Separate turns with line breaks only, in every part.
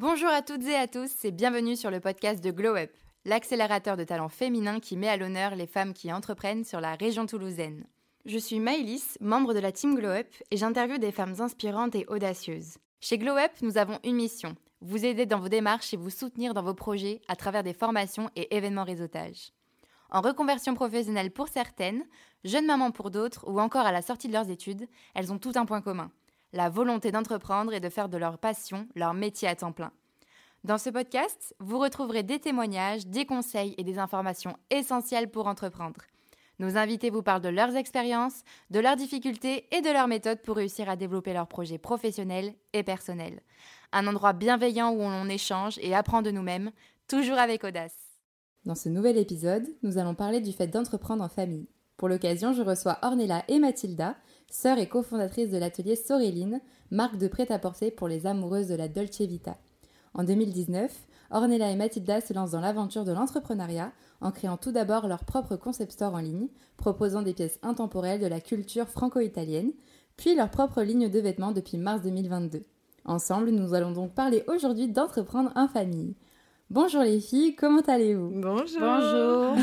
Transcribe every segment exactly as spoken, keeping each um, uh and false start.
Bonjour à toutes et à tous et bienvenue sur le podcast de Glow Up, l'accélérateur de talents féminins qui met à l'honneur les femmes qui entreprennent sur la région toulousaine. Je suis Maëlys, membre de la team Glow Up et j'interviewe des femmes inspirantes et audacieuses. Chez Glow Up, nous avons une mission, vous aider dans vos démarches et vous soutenir dans vos projets à travers des formations et événements réseautage. En reconversion professionnelle pour certaines, jeunes mamans pour d'autres ou encore à la sortie de leurs études, elles ont tout un point commun. La volonté d'entreprendre et de faire de leur passion leur métier à temps plein. Dans ce podcast, vous retrouverez des témoignages, des conseils et des informations essentielles pour entreprendre. Nos invités vous parlent de leurs expériences, de leurs difficultés et de leurs méthodes pour réussir à développer leurs projets professionnels et personnels. Un endroit bienveillant où on échange et apprend de nous-mêmes, toujours avec audace.
Dans ce nouvel épisode, nous allons parler du fait d'entreprendre en famille. Pour l'occasion, je reçois Ornella et Mathilda, sœurs et cofondatrices de l'atelier Soréline, marque de prêt-à-porter pour les amoureuses de la Dolce Vita. En deux mille dix-neuf, Ornella et Mathilda se lancent dans l'aventure de l'entrepreneuriat en créant tout d'abord leur propre concept store en ligne, proposant des pièces intemporelles de la culture franco-italienne, puis leur propre ligne de vêtements depuis mars deux mille vingt-deux. Ensemble, nous allons donc parler aujourd'hui d'entreprendre en famille. Bonjour les filles, comment allez-vous ?
Bonjour.
Bonjour.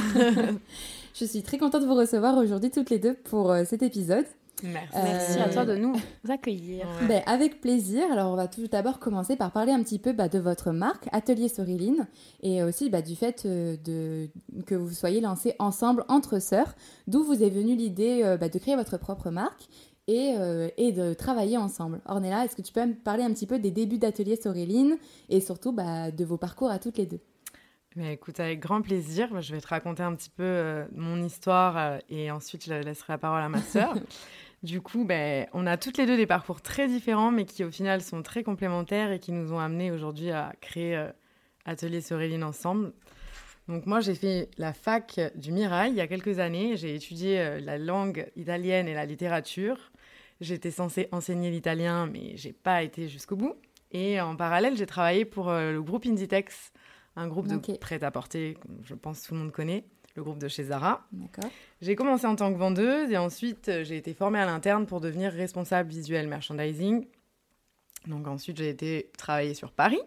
Je suis très contente de vous recevoir aujourd'hui toutes les deux pour euh, cet épisode.
Merci.
Euh,
Merci à toi de nous accueillir.
Ouais.
Ben, avec plaisir. Alors, on va tout d'abord commencer par parler un petit peu bah, de votre marque, Atelier Soréline, et aussi bah, du fait euh, de, que vous soyez lancés ensemble entre sœurs, d'où vous est venue l'idée euh, bah, de créer votre propre marque et, euh, et de travailler ensemble. Ornella, est-ce que tu peux me parler un petit peu des débuts d'Atelier Soréline et surtout bah, de vos parcours à toutes les deux ?
Mais écoute, avec grand plaisir. Je vais te raconter un petit peu euh, mon histoire euh, et ensuite je laisserai la parole à ma sœur. Du coup, ben, on a toutes les deux des parcours très différents, mais qui au final sont très complémentaires et qui nous ont amenés aujourd'hui à créer euh, Atelier Soréline ensemble. Donc moi, j'ai fait la fac du Mirail il y a quelques années. J'ai étudié euh, la langue italienne et la littérature. J'étais censée enseigner l'italien, mais j'ai pas été jusqu'au bout. Et en parallèle, j'ai travaillé pour euh, le groupe Inditex, un groupe
Okay.
de prêt-à-porter, je pense que tout le monde connaît, le groupe de chez Zara.
D'accord.
J'ai commencé en tant que vendeuse et ensuite j'ai été formée à l'interne pour devenir responsable visuel merchandising. Donc ensuite j'ai été travailler sur Paris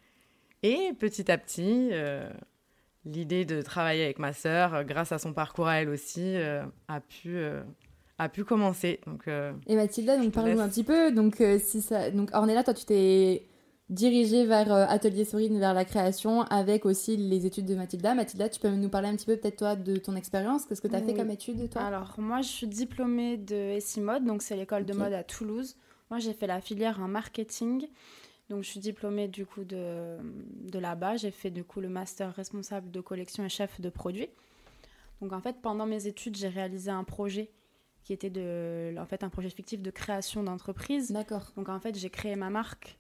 et petit à petit euh, l'idée de travailler avec ma sœur, grâce à son parcours à elle aussi, euh, a pu euh, a pu commencer. Donc euh,
Et Mathilda, donc
te
parle-nous
laisse.
un petit peu. Donc, euh, si ça... donc Ornella, toi, tu t'es dirigée vers euh, Atelier Soréline, vers la création, avec aussi les études de Mathilda. Mathilda, tu peux nous parler un petit peu, peut-être, toi, de ton expérience. Qu'est-ce que tu as fait
Oui.
comme étude, toi ?
Alors, moi, je suis diplômée de Essimode, donc c'est l'école de
Ok.
mode à Toulouse. Moi, j'ai fait la filière en marketing. Donc, je suis diplômée, du coup, de, de là-bas. J'ai fait, du coup, le master responsable de collection et chef de produit. Donc, en fait, pendant mes études, j'ai réalisé un projet qui était de, en fait, un projet fictif de création d'entreprise.
D'accord.
Donc, en fait, j'ai créé ma marque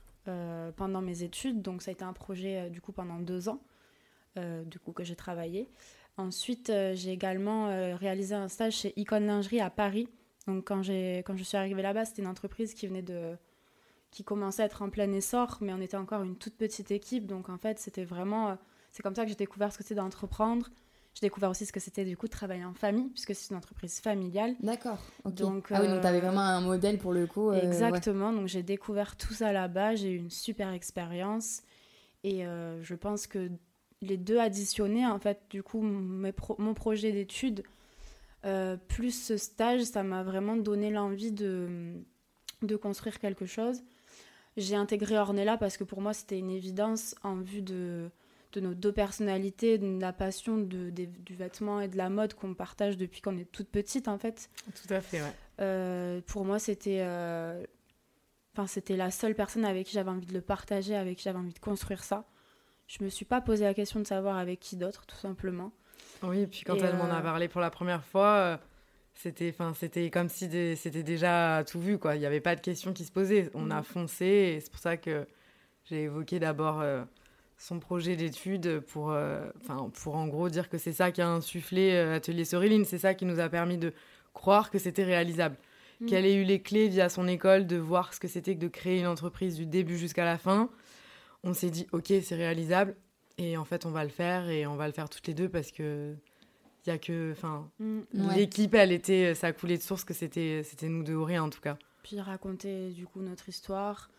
euh, pendant mes études. Donc, ça a été un projet, euh, du coup, pendant deux ans, euh, du coup, que j'ai travaillé. Ensuite, euh, j'ai également euh, réalisé un stage chez Icon Lingerie à Paris. Donc, quand, j'ai, quand je suis arrivée là-bas, c'était une entreprise qui venait de... qui commençait à être en plein essor, mais on était encore une toute petite équipe. Donc, en fait, c'était vraiment... euh, c'est comme ça que j'ai découvert ce que c'était d'entreprendre. J'ai découvert aussi ce que c'était, du coup, de travailler en famille, puisque c'est une entreprise familiale.
D'accord. Ok.
Donc,
ah oui, donc tu avais
euh,
vraiment un modèle pour le coup. euh,
Exactement. Donc, j'ai découvert tout ça là-bas. J'ai eu une super expérience. Et euh, je pense que les deux additionnés, en fait, du coup, mes pro- mon projet d'études, euh, plus ce stage, ça m'a vraiment donné l'envie de, de construire quelque chose. J'ai intégré Ornella parce que pour moi, c'était une évidence en vue de, de nos deux personnalités, de la passion de, de- du vêtement et de la mode qu'on partage depuis qu'on est toute petite, en fait.
tout à fait, ouais.
Euh, pour moi, c'était, euh, enfin, c'était la seule personne avec qui j'avais envie de le partager, avec qui j'avais envie de construire ça. Je me suis pas posé la question de savoir avec qui d'autre, tout simplement.
Oui, et puis quand
Et
elle m'en
euh,
a parlé pour la première fois, euh, c'était, enfin, c'était comme si des- c'était déjà tout vu, quoi. Il n'y avait pas de questions qui se posaient. On a
Mhm.
foncé et c'est pour ça que j'ai évoqué d'abord euh, son projet d'études pour, euh, enfin, pour en gros dire que c'est ça qui a insufflé euh, Atelier Soréline. C'est ça qui nous a permis de croire que c'était réalisable.
Mhm.
Qu'elle ait eu les clés via son école de voir ce que c'était que de créer une entreprise du début jusqu'à la fin. On s'est dit, ok, c'est réalisable. Et en fait, on va le faire et on va le faire toutes les deux parce que il y a que, enfin,
Mm.
Ouais.
l'équipe, elle était, ça coulait de source que c'était, c'était nous deux ou rien en tout cas.
Puis raconter du coup notre histoire,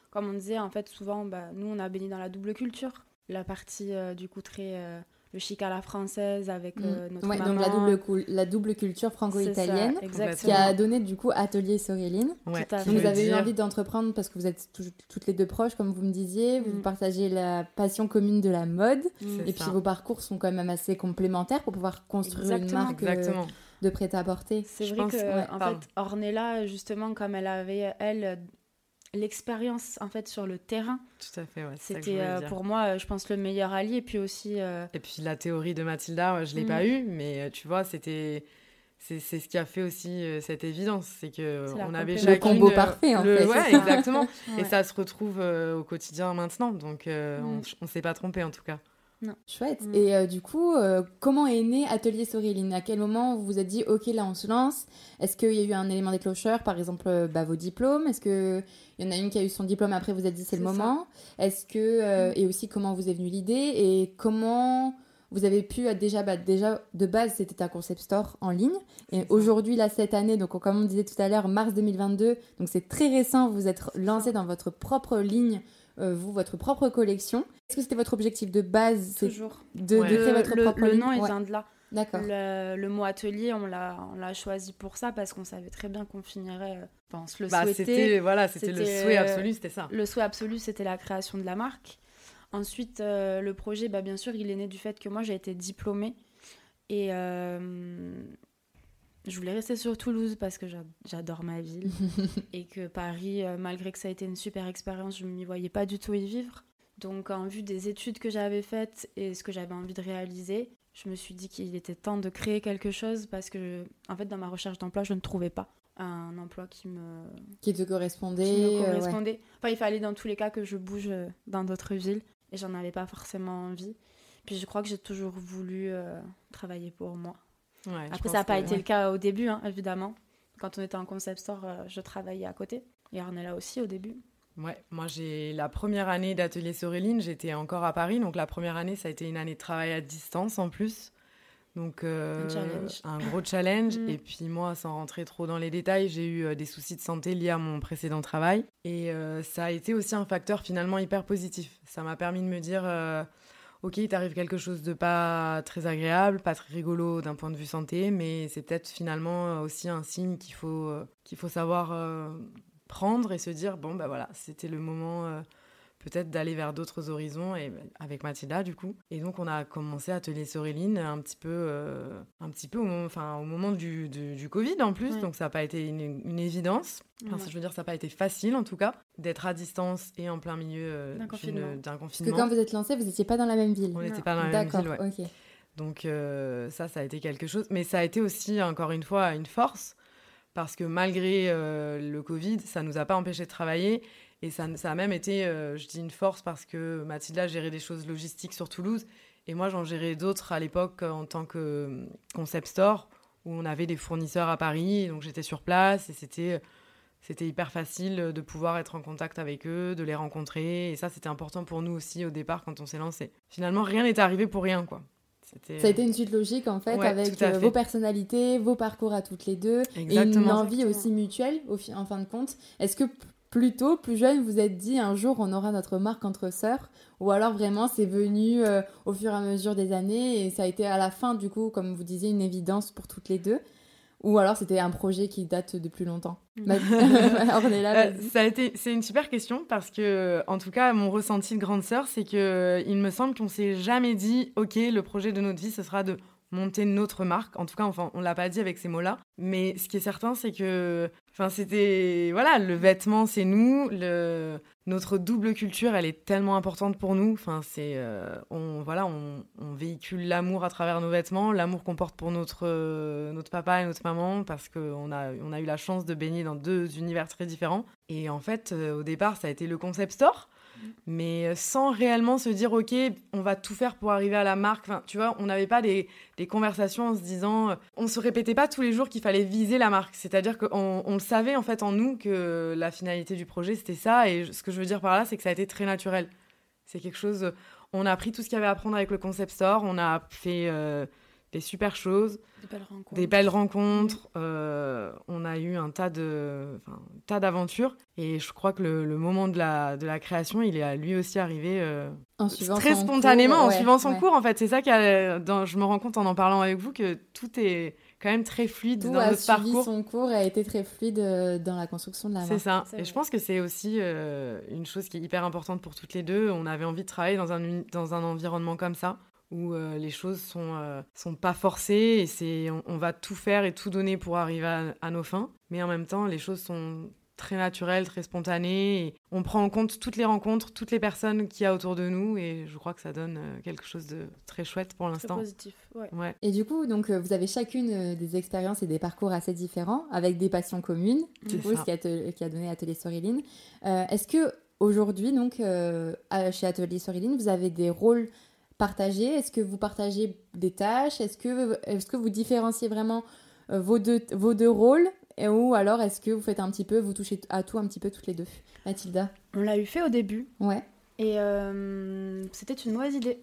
comme on disait, en fait, souvent, bah, nous, on a baigné dans la double culture. La partie, euh, du coup, très... Euh, le chic à la française avec euh, notre
ouais,
maman.
Donc la double, cou- la double culture franco-italienne qui a donné du coup Atelier Soréline.
Ouais,
donc vous avez dire... eu envie d'entreprendre parce que vous êtes tout, toutes les deux proches comme vous me disiez, mm. vous partagez la passion commune de la mode mm. et puis vos parcours sont quand même assez complémentaires pour pouvoir construire Exactement. une marque Exactement. de prêt-à-porter.
C'est Je vrai pense, que ouais, en fait Ornella justement comme elle avait elle l'expérience en fait sur le terrain.
Tout à fait, ouais.
C'était euh, pour moi, je pense, le meilleur allié. Et puis aussi. Euh...
Et puis la théorie de Mathilda, je l'ai mmh. pas eue, mais tu vois, c'était. C'est, c'est ce qui a fait aussi euh, cette évidence, c'est que c'est on avait chacune...
Le combo parfait, en
le...
fait.
Ouais, exactement. ouais. Et ça se retrouve euh, au quotidien maintenant, donc euh, mmh. on ne s'est pas trompé en tout cas.
Non. Chouette. Mmh. Et euh, du coup, euh, comment est né Atelier Soréline ? À quel moment vous vous êtes dit, ok, là on se lance ? Est-ce qu'il y a eu un élément déclencheur, par exemple euh, bah, vos diplômes ? Est-ce qu'il y en a une qui a eu son diplôme, après vous vous êtes dit, c'est, c'est le moment ? Est-ce que, euh, mmh. Et aussi, comment vous est venue l'idée ? Et comment vous avez pu, déjà, bah, déjà de base, c'était un concept store en ligne. Et aujourd'hui, là, cette année, donc comme on disait tout à l'heure, mars deux mille vingt-deux, donc c'est très récent, vous êtes lancé dans votre propre ligne, euh, vous, votre propre collection. Est-ce que c'était votre objectif de base ?
Toujours.
De, ouais. de créer votre
le,
propre
le
ligne ?
nom, il
ouais.
vient de là.
D'accord.
Le, le mot atelier, on l'a, on l'a choisi pour ça parce qu'on savait très bien qu'on finirait. Enfin, on se le
bah,
souhaitait.
C'était, voilà, c'était, c'était le souhait absolu, c'était ça.
Le souhait absolu, c'était la création de la marque. Ensuite, euh, le projet, bah, bien sûr, il est né du fait que moi, j'ai été diplômée. Et euh, je voulais rester sur Toulouse parce que j'adore ma ville. Et que Paris, euh, malgré que ça a été une super expérience, je ne m'y voyais pas du tout y vivre. Donc, en vue des études que j'avais faites et ce que j'avais envie de réaliser, je me suis dit qu'il était temps de créer quelque chose parce que, en fait, dans ma recherche d'emploi, je ne trouvais pas un emploi qui me...
Qui te correspondait.
Qui me correspondait. Euh, ouais. Enfin, il fallait dans tous les cas que je bouge dans d'autres villes et j'en avais pas forcément envie. Puis je crois que j'ai toujours voulu euh, travailler pour moi. Ouais, Après, ça n'a pas que, été ouais. le cas au début, hein, évidemment. Quand on était en concept store, euh, je travaillais à côté. Et Ornella aussi au début.
Ouais, moi j'ai la première année d'Atelier Soréline, j'étais encore à Paris, donc la première année ça a été une année de travail à distance en plus, donc euh,
un, challenge.
un gros challenge. mm. Et puis moi, sans rentrer trop dans les détails, j'ai eu euh, des soucis de santé liés à mon précédent travail, et euh, ça a été aussi un facteur finalement hyper positif. Ça m'a permis de me dire, euh, ok, il t'arrive quelque chose de pas très agréable, pas très rigolo d'un point de vue santé, mais c'est peut-être finalement aussi un signe qu'il faut euh, qu'il faut savoir euh, prendre et se dire, bon, bah voilà, c'était le moment euh, peut-être d'aller vers d'autres horizons, et avec Mathilda, du coup. Et donc, on a commencé Atelier Soréline un petit peu, euh, un petit peu au, moment, au moment du, du, du Covid, en plus. Ouais. Donc, ça n'a pas été une, une évidence. Enfin, ouais. Je veux dire, ça n'a pas été facile, en tout cas, d'être à distance et en plein milieu euh, d'un, confinement. d'un confinement.
Parce que quand vous êtes lancés, vous n'étiez pas dans la même ville.
On n'était pas dans la
D'accord,
même ville, ouais.
ok.
Donc, euh, ça, ça a été quelque chose. Mais ça a été aussi, encore une fois, une force. Parce que malgré euh, le Covid, ça ne nous a pas empêché de travailler. Et ça, ça a même été, euh, je dis une force, parce que Mathilda gérait des choses logistiques sur Toulouse. Et moi, j'en gérais d'autres à l'époque en tant que concept store, où on avait des fournisseurs à Paris. Donc j'étais sur place et c'était, c'était hyper facile de pouvoir être en contact avec eux, de les rencontrer. Et ça, c'était important pour nous aussi au départ quand on s'est lancé. Finalement, rien n'est arrivé pour rien, quoi.
C'était... Ça a été une suite logique en fait, ouais, avec euh, vos personnalités, vos parcours à toutes les deux.
Exactement.
Et une envie aussi mutuelle au fi- en fin de compte. Est-ce que p- plus tôt, plus jeune, vous êtes dit un jour on aura notre marque entre sœurs, ou alors vraiment c'est venu euh, au fur et à mesure des années et ça a été à la fin du coup, comme vous disiez, une évidence pour toutes les deux? Ou alors c'était un projet qui date de plus longtemps?
Ornella, euh, ça a été, c'est une super question parce que, en tout cas, mon ressenti de grande sœur, c'est que il me semble qu'on s'est jamais dit, ok, le projet de notre vie, ce sera de monter notre marque. En tout cas, enfin, on l'a pas dit avec ces mots-là. Mais ce qui est certain, c'est que, enfin, c'était, voilà, le vêtement, c'est nous. Le, notre double culture, elle est tellement importante pour nous. Enfin, c'est, euh, on, voilà, on, on véhicule l'amour à travers nos vêtements, l'amour qu'on porte pour notre, euh, notre papa et notre maman, parce qu'on a, on a eu la chance de baigner dans deux univers très différents. Et en fait, euh, au départ, ça a été le concept store. Mais sans réellement se dire, ok, on va tout faire pour arriver à la marque. Enfin, tu vois, on n'avait pas des, des conversations en se disant... On ne se répétait pas tous les jours qu'il fallait viser la marque. C'est-à-dire qu'on on le savait, en fait, en nous, que la finalité du projet, c'était ça. Et ce que je veux dire par là, c'est que ça a été très naturel. C'est quelque chose... On a appris tout ce qu'il y avait à apprendre avec le concept store. On a fait... Euh, des super choses,
Des belles rencontres.
des belles rencontres. Euh, on a eu un tas, de, enfin, un tas d'aventures. Et je crois que le, le moment de la, de la création, il est à lui aussi arrivé euh,
En suivant
très
son
spontanément,
cours,
en
ouais,
suivant son
ouais.
cours. En fait, c'est ça que je me rends compte en en parlant avec vous, que tout est quand même très fluide
Tout
dans
a
notre
suivi
parcours.
son cours et a été très fluide euh, dans la construction de la marque.
C'est ça.
C'est
Et
vrai.
je pense que c'est aussi euh, une chose qui est hyper importante pour toutes les deux. On avait envie de travailler dans un, uni- dans un environnement comme ça, où euh, les choses sont, euh, sont pas forcées et c'est, on, on va tout faire et tout donner pour arriver à, à nos fins. Mais en même temps, les choses sont très naturelles, très spontanées. Et on prend en compte toutes les rencontres, toutes les personnes qu'il y a autour de nous. Et je crois que ça donne euh, quelque chose de très chouette pour
Très
l'instant.
positif, ouais.
Ouais.
Et du coup, donc, euh, vous avez chacune euh, des expériences et des parcours assez différents, avec des passions communes,
C'est
du coup,
ça.
ce qui a, te- qui a donné Atelier Soriline. Euh, est-ce que aujourd'hui, donc, euh, à- chez Atelier Soriline, vous avez des rôles partagés? Est-ce que vous partagez des tâches? Est-ce que, est-ce que vous différenciez vraiment euh, vos, deux, vos deux rôles? Et, ou alors, est-ce que vous faites un petit peu, vous touchez à tout un petit peu toutes les deux? Mathilda?
On l'a eu fait au début.
Ouais.
Et euh, c'était une mauvaise idée.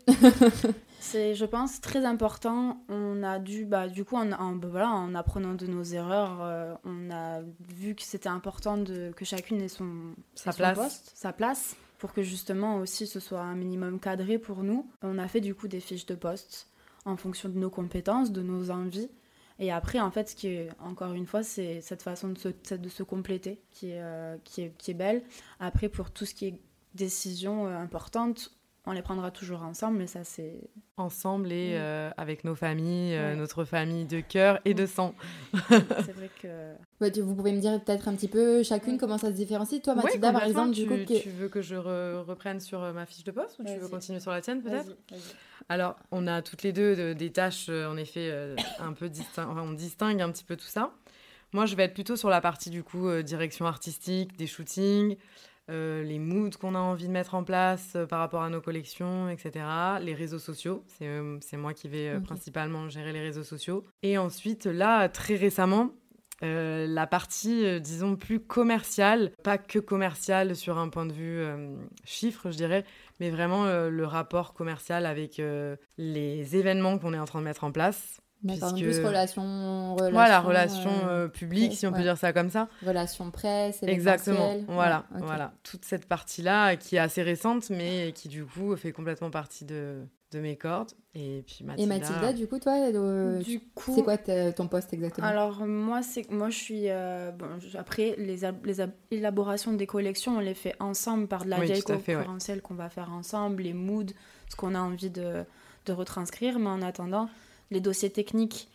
C'est, je pense, très important. On a dû, bah, du coup, en, en, bah, voilà, en apprenant de nos erreurs, euh, on a vu que c'était important de, que chacune ait son,
Sa
ait son
place.
poste, sa place, pour que justement aussi ce soit un minimum cadré pour nous. On a fait du coup des fiches de poste en fonction de nos compétences, de nos envies. Et après, en fait, ce qui est, encore une fois, c'est cette façon de se, de se compléter qui est, euh, qui est, qui est belle. Après, pour tout ce qui est décisions euh, importantes, on les prendra toujours ensemble, mais ça, c'est...
Ensemble et
Mm.
euh, avec nos familles, euh,
Ouais.
notre famille de cœur et de sang.
c'est vrai que...
Ouais, tu- vous pouvez me dire peut-être un petit peu chacune
Ouais.
comment ça se différencie? Toi,
Ouais,
Mathilda, par
complètement.
exemple, du
tu,
coup, que-
tu veux que je re- reprenne sur euh, ma fiche de poste ou tu veux
Vas-y.
continuer sur la tienne peut-être?
Vas-y, vas-y.
Alors, on a toutes les deux de- des tâches, euh, en effet, euh, un peu distin- enfin, on distingue un petit peu tout ça. Moi, je vais être plutôt sur la partie, du coup, euh, direction artistique, des shootings, euh, les moods qu'on a envie de mettre en place euh, par rapport à nos collections, et cetera. Les réseaux sociaux, c'est, euh, c'est moi qui vais euh,
Ok.
principalement gérer les réseaux sociaux. Et ensuite, là, très récemment, euh, la partie, euh, disons, plus commerciale, pas que commerciale sur un point de vue euh, chiffre, je dirais, mais vraiment euh, le rapport commercial avec euh, les événements qu'on est en train de mettre en place.
D'accord, donc
puisque-
plus relation, relation,
Voilà, relations
euh,
euh, publiques,
presse,
si on peut
ouais.
dire ça comme ça.
relation presse,
Exactement,
événementiel.
voilà,
Ouais, ok.
voilà. Toute cette partie-là qui est assez récente, mais qui du coup fait complètement partie de, de mes cordes. Et puis Mathilda...
Et Mathilda, du coup, toi, euh,
Du
tu-
coup...
c'est quoi ta- ton poste exactement?
Alors, moi, c'est, moi je suis... euh, bon, je- après, les, ab- les ab- élaborations des collections, on les fait ensemble par de la
Oui,
vieille
tout à fait, ouais.
concurrentielle qu'on va faire ensemble, les moods, ce qu'on a envie de, de retranscrire. Mais en attendant, les dossiers techniques...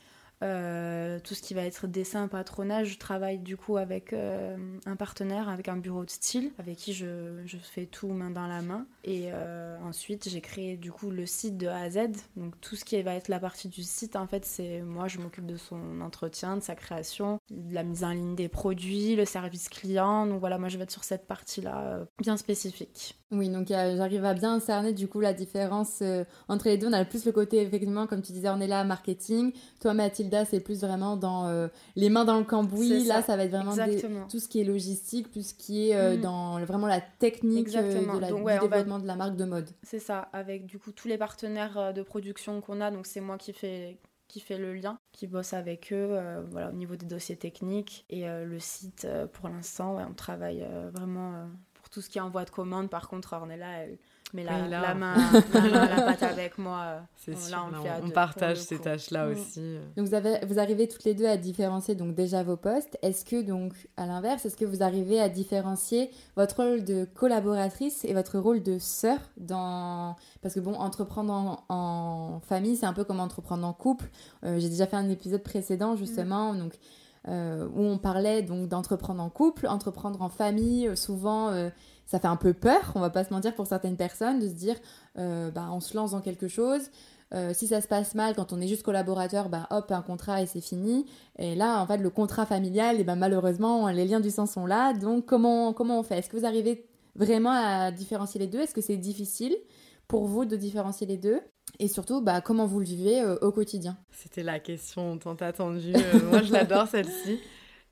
Euh, tout ce qui va être dessin, patronage, je travaille du coup avec euh, un partenaire, avec un bureau de style, avec qui je, je fais tout main dans la main. Et euh, ensuite, j'ai créé du coup le site de A à Z. Donc tout ce qui va être la partie du site, en fait, c'est moi, je m'occupe de son entretien, de sa création, de la mise en ligne des produits, le service client. Donc voilà, moi, je vais être sur cette partie-là euh, bien spécifique.
Oui, donc euh, j'arrive à bien cerner du coup la différence euh, entre les deux. On a plus le côté, effectivement, comme tu disais, on est là, marketing. Toi, Mathilda, c'est plus vraiment dans euh, les mains dans le cambouis.
C'est
Là,
ça,
ça va être vraiment des-
exactement.
tout ce qui est logistique, tout ce qui est euh,
Mm.
dans le- vraiment la technique euh,
Exactement.
de la,
Donc, ouais,
du
on va-
développement de la marque de mode.
C'est ça, avec du coup tous les partenaires euh, de production qu'on a, donc c'est moi qui fais, qui fait le lien, qui bosse avec eux euh, voilà, au niveau des dossiers techniques. Et euh, le site, euh, pour l'instant, ouais, on travaille euh, vraiment euh, pour tout ce qui est envoi de commande. Par contre, Ornella, elle met la,
Oui, là.
la, main, la main à la pâte avec moi. euh,
C'est
on-
sûr,
là, on,
là,
le fait à
on
deux,
partage
pour le
ces
coup.
tâches-là
Mm.
aussi.
Donc vous, avez, vous arrivez toutes les deux à différencier donc déjà vos postes. Est-ce que donc à l'inverse, est-ce que vous arrivez à différencier votre rôle de collaboratrice et votre rôle de sœur dans parce que bon entreprendre en, en famille c'est un peu comme entreprendre en couple. Euh, j'ai déjà fait un épisode précédent justement donc euh, où on parlait donc d'entreprendre en couple, entreprendre en famille. euh, souvent euh, ça fait un peu peur, on va pas se mentir pour certaines personnes de se dire euh, bah on se lance dans quelque chose. Euh, si ça se passe mal, quand on est juste collaborateur, bah hop, un contrat et c'est fini. Et là, en fait, le contrat familial, et ben malheureusement, les liens du sang sont là. Donc, comment, comment on fait? Est-ce que vous arrivez vraiment à différencier les deux? Est-ce que c'est difficile pour vous de différencier les deux? Et surtout, bah, comment vous le vivez euh, au quotidien?
C'était la question tant attendue. Euh, moi, je l'adore, celle-ci.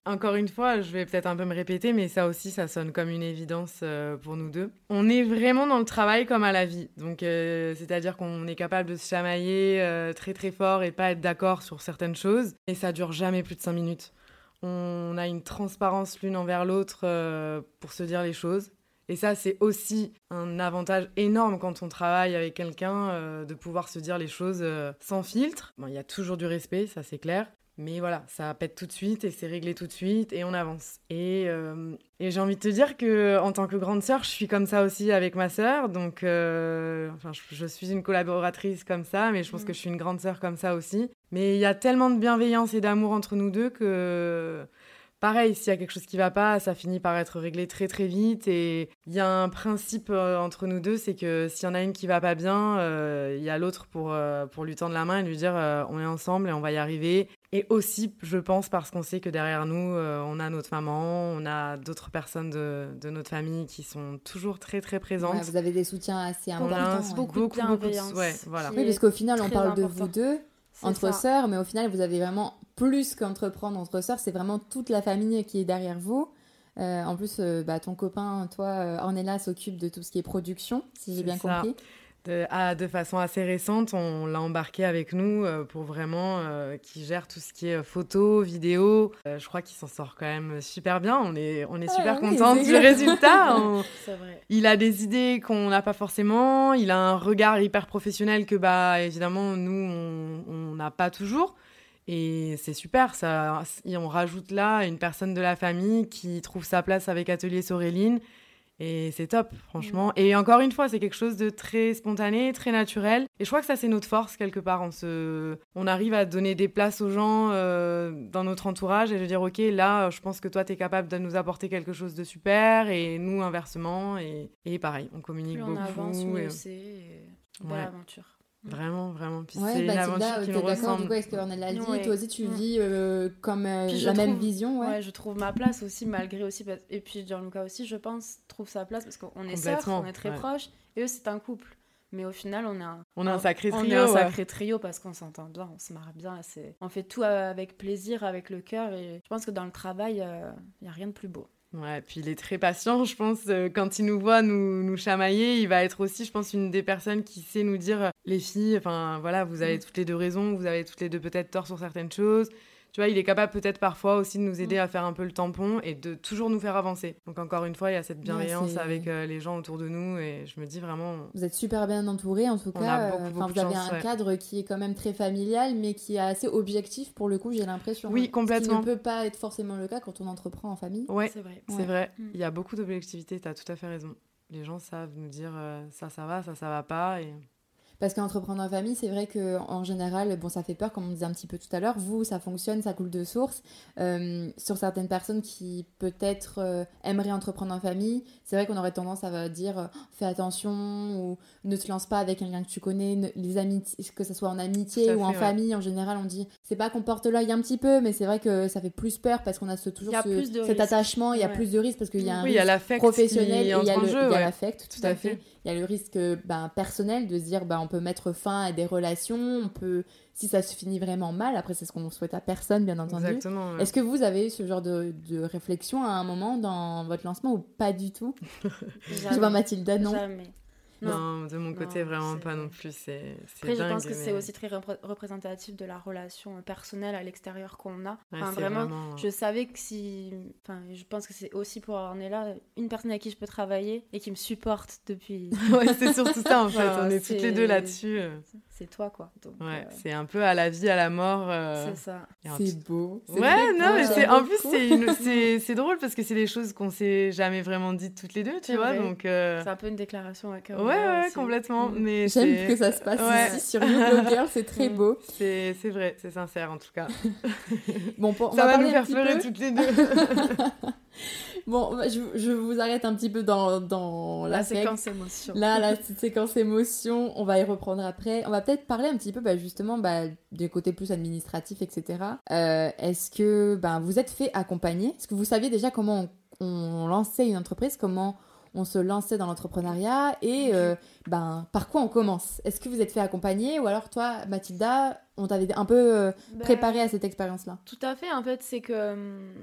encore une fois, je vais peut-être un peu me répéter, mais ça aussi, ça sonne comme une évidence euh, pour nous deux. On est vraiment dans le travail comme à la vie. Donc, euh, c'est-à-dire qu'on est capable de se chamailler euh, très très fort et pas être d'accord sur certaines choses. Et ça dure jamais plus de cinq minutes. On a une transparence l'une envers l'autre euh, pour se dire les choses. Et ça, c'est aussi un avantage énorme quand on travaille avec quelqu'un, euh, de pouvoir se dire les choses euh, sans filtre. Bon, il y a toujours du respect, ça c'est clair. Mais voilà, ça pète tout de suite et c'est réglé tout de suite et on avance. Et, euh, et j'ai envie de te dire qu'en tant que grande sœur, je suis comme ça aussi avec ma sœur. Donc, euh, enfin, je, je suis une collaboratrice comme ça, mais je pense mmh. que je suis une grande sœur comme ça aussi. Mais il y a tellement de bienveillance et d'amour entre nous deux que... Pareil, s'il y a quelque chose qui ne va pas, ça finit par être réglé très très vite. Et il y a un principe euh, entre nous deux, c'est que s'il y en a une qui ne va pas bien, il euh, y a l'autre pour, euh, pour lui tendre la main et lui dire euh, on est ensemble et on va y arriver. Et aussi, je pense, parce qu'on sait que derrière nous, euh, on a notre maman, on a d'autres personnes de, de notre famille qui sont toujours très très présentes.
Ouais, vous avez des soutiens assez importants.
On a
ouais.
beaucoup, beaucoup, beaucoup de... ouais, voilà.
Oui, parce qu'au final, on parle
important.
de vous deux. C'est entre ça. Sœurs, mais au final, vous avez vraiment plus qu'entreprendre entre sœurs, c'est vraiment toute la famille qui est derrière vous. Euh, en plus, euh, bah, ton copain, toi, euh, Ornella, s'occupe de tout ce qui est production, si j'ai
c'est
bien
ça.
compris.
De, à, de façon assez récente, on l'a embarqué avec nous euh, pour vraiment euh, qu'il gère tout ce qui est photo, vidéo. Euh, je crois qu'il s'en sort quand même super bien. On est, on est super ah, contents oui, du résultat. On...
C'est vrai.
Il a des idées qu'on n'a pas forcément. Il a un regard hyper professionnel que, bah, évidemment, nous, on n'a pas toujours. Et c'est super. Ça, on rajoute là une personne de la famille qui trouve sa place avec Atelier Soréline. Et c'est top, franchement. Mmh. Et encore une fois, c'est quelque chose de très spontané, très naturel. Et je crois que ça, c'est notre force, quelque part. On, se... on arrive à donner des places aux gens euh, dans notre entourage et de dire, OK, là, je pense que toi, tu es capable de nous apporter quelque chose de super. Et nous, inversement. Et, et pareil, on communique
Plus
beaucoup.
on avance, mieux
et...
c'est. Et... Belle
ouais.
aventure.
Vraiment, vraiment. Puis
ouais,
c'est
bah,
une aventure
là,
qui
t'es
nous
d'accord,
ressemble.
Du coup, est-ce qu'on a l'a dit,
ouais.
toi aussi, tu
mmh.
vis euh, comme euh, la
trouve,
même vision. Ouais.
ouais, je trouve ma place aussi, malgré aussi... Et puis Gianluca aussi, je pense, trouve sa place, parce qu'on est sœurs, on est très ouais. proches, et eux, c'est un couple. Mais au final, on est un,
on a un, un sacré trio.
On est un
ouais.
sacré trio, parce qu'on s'entend bien, on se marre bien. C'est... On fait tout avec plaisir, avec le cœur, et je pense que dans le travail, il euh, n'y a rien de plus beau.
Ouais, puis il est très patient, je pense. Euh, quand il nous voit nous, nous chamailler, il va être aussi, je pense, une des personnes qui sait nous dire euh, les filles, enfin voilà, vous avez mmh. toutes les deux raison, vous avez toutes les deux peut-être tort sur certaines choses. Tu vois, il est capable peut-être parfois aussi de nous aider mmh. à faire un peu le tampon et de toujours nous faire avancer. Donc encore une fois, il y a cette bienveillance ouais, avec euh, les gens autour de nous et je me dis vraiment...
Vous êtes super bien entourés en tout
on
cas.
A beaucoup,
euh,
beaucoup
vous avez
chance,
un
ouais.
cadre qui est quand même très familial mais qui est assez objectif pour le coup, j'ai l'impression.
Oui,
hein,
complètement.
Ce qui ne peut pas être forcément le cas quand on entreprend en famille.
Ouais,
c'est vrai.
C'est ouais. vrai. Mmh. Il y a beaucoup d'objectivité, tu as tout à fait raison. Les gens savent nous dire euh, ça, ça va, ça, ça va pas et...
Parce qu'entreprendre en famille, c'est vrai qu'en général, bon, ça fait peur, comme on disait un petit peu tout à l'heure. Vous, ça fonctionne, ça coule de source. Euh, sur certaines personnes qui, peut-être, euh, aimeraient entreprendre en famille, c'est vrai qu'on aurait tendance à dire euh, « fais attention » ou « ne te lance pas avec quelqu'un que tu connais ». Ne, les amitiés, que ce soit en amitié ou fait, en ouais. famille, en général, on dit « c'est pas qu'on porte l'œil un petit peu », mais c'est vrai que ça fait plus peur parce qu'on a ce, toujours ce, cet risques. attachement, il y a ouais. plus de risques parce qu'il y a un
oui,
risque
y a
professionnel et il y a, le,
jeu,
y a
ouais.
l'affect, tout, tout à fait. fait. Il y a le risque ben, personnel de se dire ben, on peut mettre fin à des relations, on peut, si ça se finit vraiment mal, après c'est ce qu'on souhaite à personne bien entendu.
Exactement, ouais.
Est-ce que vous avez eu ce genre de, de réflexion à un moment dans votre lancement ou pas du tout? Je vois Mathilda, non.
Jamais.
Non, non, de mon côté, non, vraiment
c'est...
pas non plus. C'est, c'est
Après,
dingue,
je pense que
mais...
c'est aussi très repré- représentatif de la relation personnelle à l'extérieur qu'on a.
Ouais,
enfin,
c'est
vraiment,
vraiment,
je savais que si... Enfin, je pense que c'est aussi pour Ornella, une personne avec qui je peux travailler et qui me supporte depuis...
ouais, c'est surtout ça, en fait.
Enfin,
on est
c'est...
toutes les deux là-dessus.
C'est toi, quoi. Donc,
ouais,
euh...
c'est un peu à la vie, à la mort. Euh...
C'est ça.
C'est beau. C'est
ouais, non,
beau,
mais c'est... en plus, c'est, une... c'est... c'est drôle parce que c'est des choses qu'on s'est jamais vraiment dites toutes les deux, tu
c'est
vois.
Vrai.
Donc, euh...
c'est un peu une déclaration à cœur.
Ouais, ouais,
aussi.
complètement. Mais
j'aime
c'est...
que ça se passe
ouais.
ici sur YouGlow Girl, c'est très beau.
C'est, c'est vrai, c'est sincère en tout cas.
Bon, pour, on
ça
va,
va nous faire pleurer
peu.
toutes les deux.
Bon, je, je vous arrête un petit peu dans, dans la,
la séquence émotion.
Là, la petite séquence émotion, on va y reprendre après. On va peut-être parler un petit peu bah, justement bah, des côtés plus administratifs, et cetera. Euh, est-ce que bah, vous êtes fait accompagner? Est-ce que vous saviez déjà comment on, on lançait une entreprise, comment on se lançait dans l'entrepreneuriat et euh, ben, par quoi on commence? Est-ce que vous êtes fait accompagner ou alors toi, Mathilda, on t'avait un peu euh,
ben,
préparé à cette expérience-là?
Tout à fait, en fait, c'est que...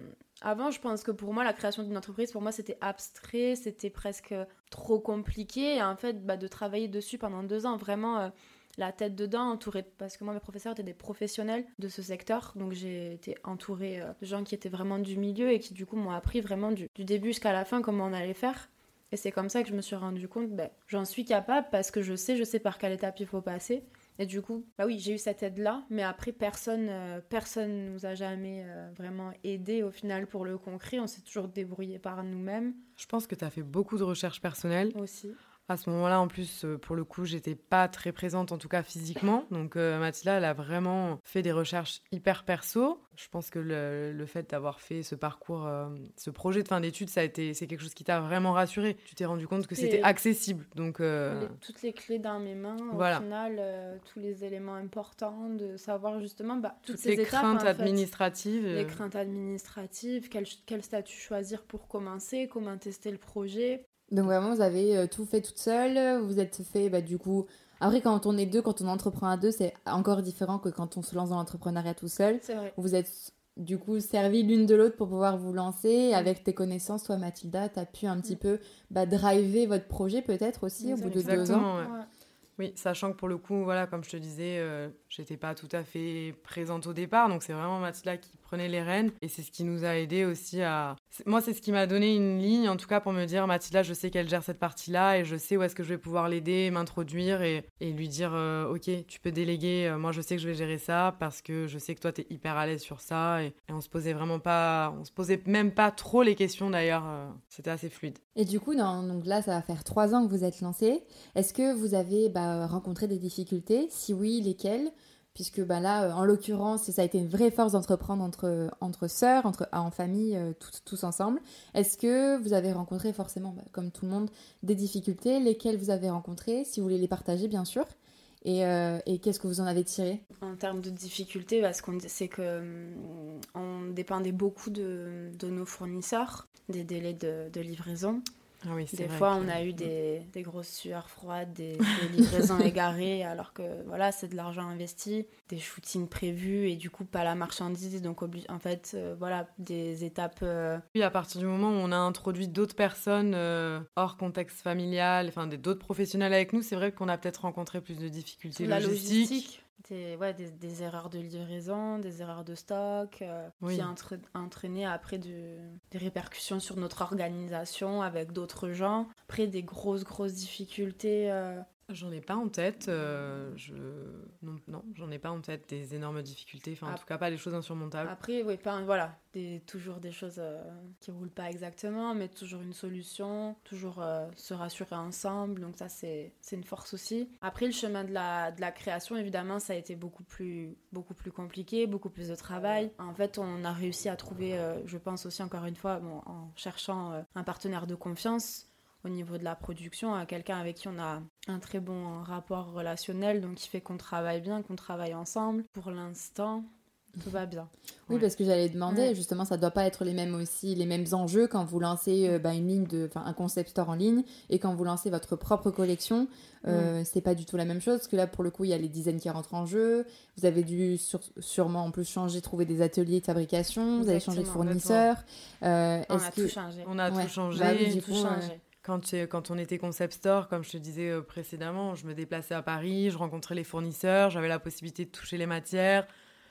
Avant, je pense que pour moi, la création d'une entreprise, pour moi, c'était abstrait, c'était presque trop compliqué. Et en fait, bah, de travailler dessus pendant deux ans, vraiment euh, la tête dedans, entourée... Parce que moi, mes professeurs étaient des professionnels de ce secteur. Donc, j'ai été entourée euh, de gens qui étaient vraiment du milieu et qui, du coup, m'ont appris vraiment du, du début jusqu'à la fin comment on allait faire. Et c'est comme ça que je me suis rendu compte, ben, j'en suis capable parce que je sais, je sais par quelle étape il faut passer. Et du coup, bah oui, j'ai eu cette aide-là, mais après, personne euh, personne nous a jamais euh, vraiment aidé au final pour le concret. On s'est toujours débrouillé par nous-mêmes.
Je pense que tu as fait beaucoup de recherches personnelles.
Aussi.
À ce moment-là, en plus, pour le coup, j'étais pas très présente, en tout cas physiquement. Donc, euh, Mathilda, elle a vraiment fait des recherches hyper perso. Je pense que le, le fait d'avoir fait ce parcours, euh, ce projet de fin d'études, ça a été, c'est quelque chose qui t'a vraiment rassuré. Tu t'es rendu compte que
Et
c'était accessible. Donc, euh...
les, toutes les clés dans mes mains,
voilà.
Au final, euh, tous les éléments importants, de savoir justement bah, toutes,
toutes
ces
les
étapes,
craintes
en
administratives.
fait.
Euh...
Les craintes administratives, quel, quel statut choisir pour commencer, comment tester le projet.
Donc vraiment, vous avez euh, tout fait toute seule, vous êtes fait, bah, du coup... Après, quand on est deux, quand on entreprend à deux, c'est encore différent que quand on se lance dans l'entrepreneuriat tout seul.
C'est vrai.
Vous êtes, du coup, servi l'une de l'autre pour pouvoir vous lancer. Et avec tes connaissances, toi, Mathilda, t'as pu un petit peu bah, driver votre projet, peut-être aussi,
Exactement.
au bout de
Exactement,
deux ans.
ouais.
Ouais.
Oui, sachant que pour le coup, voilà, comme je te disais, euh, j'étais pas tout à fait présente au départ, donc c'est vraiment Mathilda qui prenait les rênes, et c'est ce qui nous a aidé aussi à... Moi, c'est ce qui m'a donné une ligne, en tout cas, pour me dire, Mathilda, je sais qu'elle gère cette partie-là, et je sais où est-ce que je vais pouvoir l'aider, m'introduire, et, et lui dire, euh, ok, tu peux déléguer, euh, moi je sais que je vais gérer ça, parce que je sais que toi, t'es hyper à l'aise sur ça, et, et on se posait vraiment pas... On se posait même pas trop les questions, d'ailleurs, euh, c'était assez fluide.
Et du coup, dans, donc là, ça va faire trois ans que vous êtes lancé. Est-ce que vous avez bah, rencontré des difficultés? Si oui, lesquelles? Puisque bah, là, en l'occurrence, ça a été une vraie force d'entreprendre entre, entre sœurs, entre, en famille, euh, tous, tous ensemble. Est-ce que vous avez rencontré forcément, bah, comme tout le monde, des difficultés? Lesquelles vous avez rencontrées? Si vous voulez les partager, bien sûr. Et, euh, et qu'est-ce que vous en avez tiré?
En termes de difficultés, parce qu'on c'est que hum, on dépendait beaucoup de, de nos fournisseurs, des délais de, de livraison.
Ah oui, c'est
des
vrai
fois,
que...
on a eu des, des grosses sueurs froides, des, des livraisons égarées, alors que voilà, c'est de l'argent investi, des shootings prévus et du coup pas la marchandise. Donc obli- en fait, euh, voilà, des étapes. Euh...
Oui, à partir du moment où on a introduit d'autres personnes euh, hors contexte familial, enfin des, d'autres professionnels avec nous, c'est vrai qu'on a peut-être rencontré plus de difficultés
Sur la
logistiques.
logistique. Des, ouais, des, des erreurs de livraison, des erreurs de stock, euh,
Oui.
qui a entra- entraîné après du, des répercussions sur notre organisation avec d'autres gens. Après, des grosses, grosses difficultés. Euh...
J'en ai pas en tête. Euh, je... Non, non, j'en ai pas en tête des énormes difficultés. Enfin, en
Ah.
tout cas, pas des choses insurmontables.
Après, oui, pas, voilà, des, toujours des choses euh, qui roulent pas exactement, mais toujours une solution, toujours euh, se rassurer ensemble. Donc ça, c'est, c'est une force aussi. Après, le chemin de la, de la création, évidemment, ça a été beaucoup plus, beaucoup plus compliqué, beaucoup plus de travail. En fait, on a réussi à trouver, euh, je pense aussi encore une fois, bon, en cherchant euh, un partenaire de confiance au niveau de la production, à quelqu'un avec qui on a un très bon rapport relationnel, donc qui fait qu'on travaille bien, qu'on travaille ensemble. Pour l'instant, tout va bien.
Oui,
Ouais.
parce que j'allais demander,
Ouais.
justement, ça doit pas être les mêmes aussi, les mêmes enjeux quand vous lancez euh, bah, une ligne de, enfin, un concept store en ligne et quand vous lancez votre propre collection, euh, c'est pas du tout la même chose, parce que là, pour le coup, il y a les designs qui rentrent en jeu, vous avez dû sur- sûrement en plus changer, trouver des ateliers de fabrication, vous avez changé de
Exactement,
fournisseur. Euh,
On
est-ce
a
que...
tout changé.
On a
Ouais.
tout changé.
Bah oui,
J'ai
du
tout
coup,
changé.
Quand, tu- quand on était concept store, comme je te disais euh, précédemment, je me déplaçais à Paris, je rencontrais les fournisseurs, j'avais la possibilité de toucher les matières,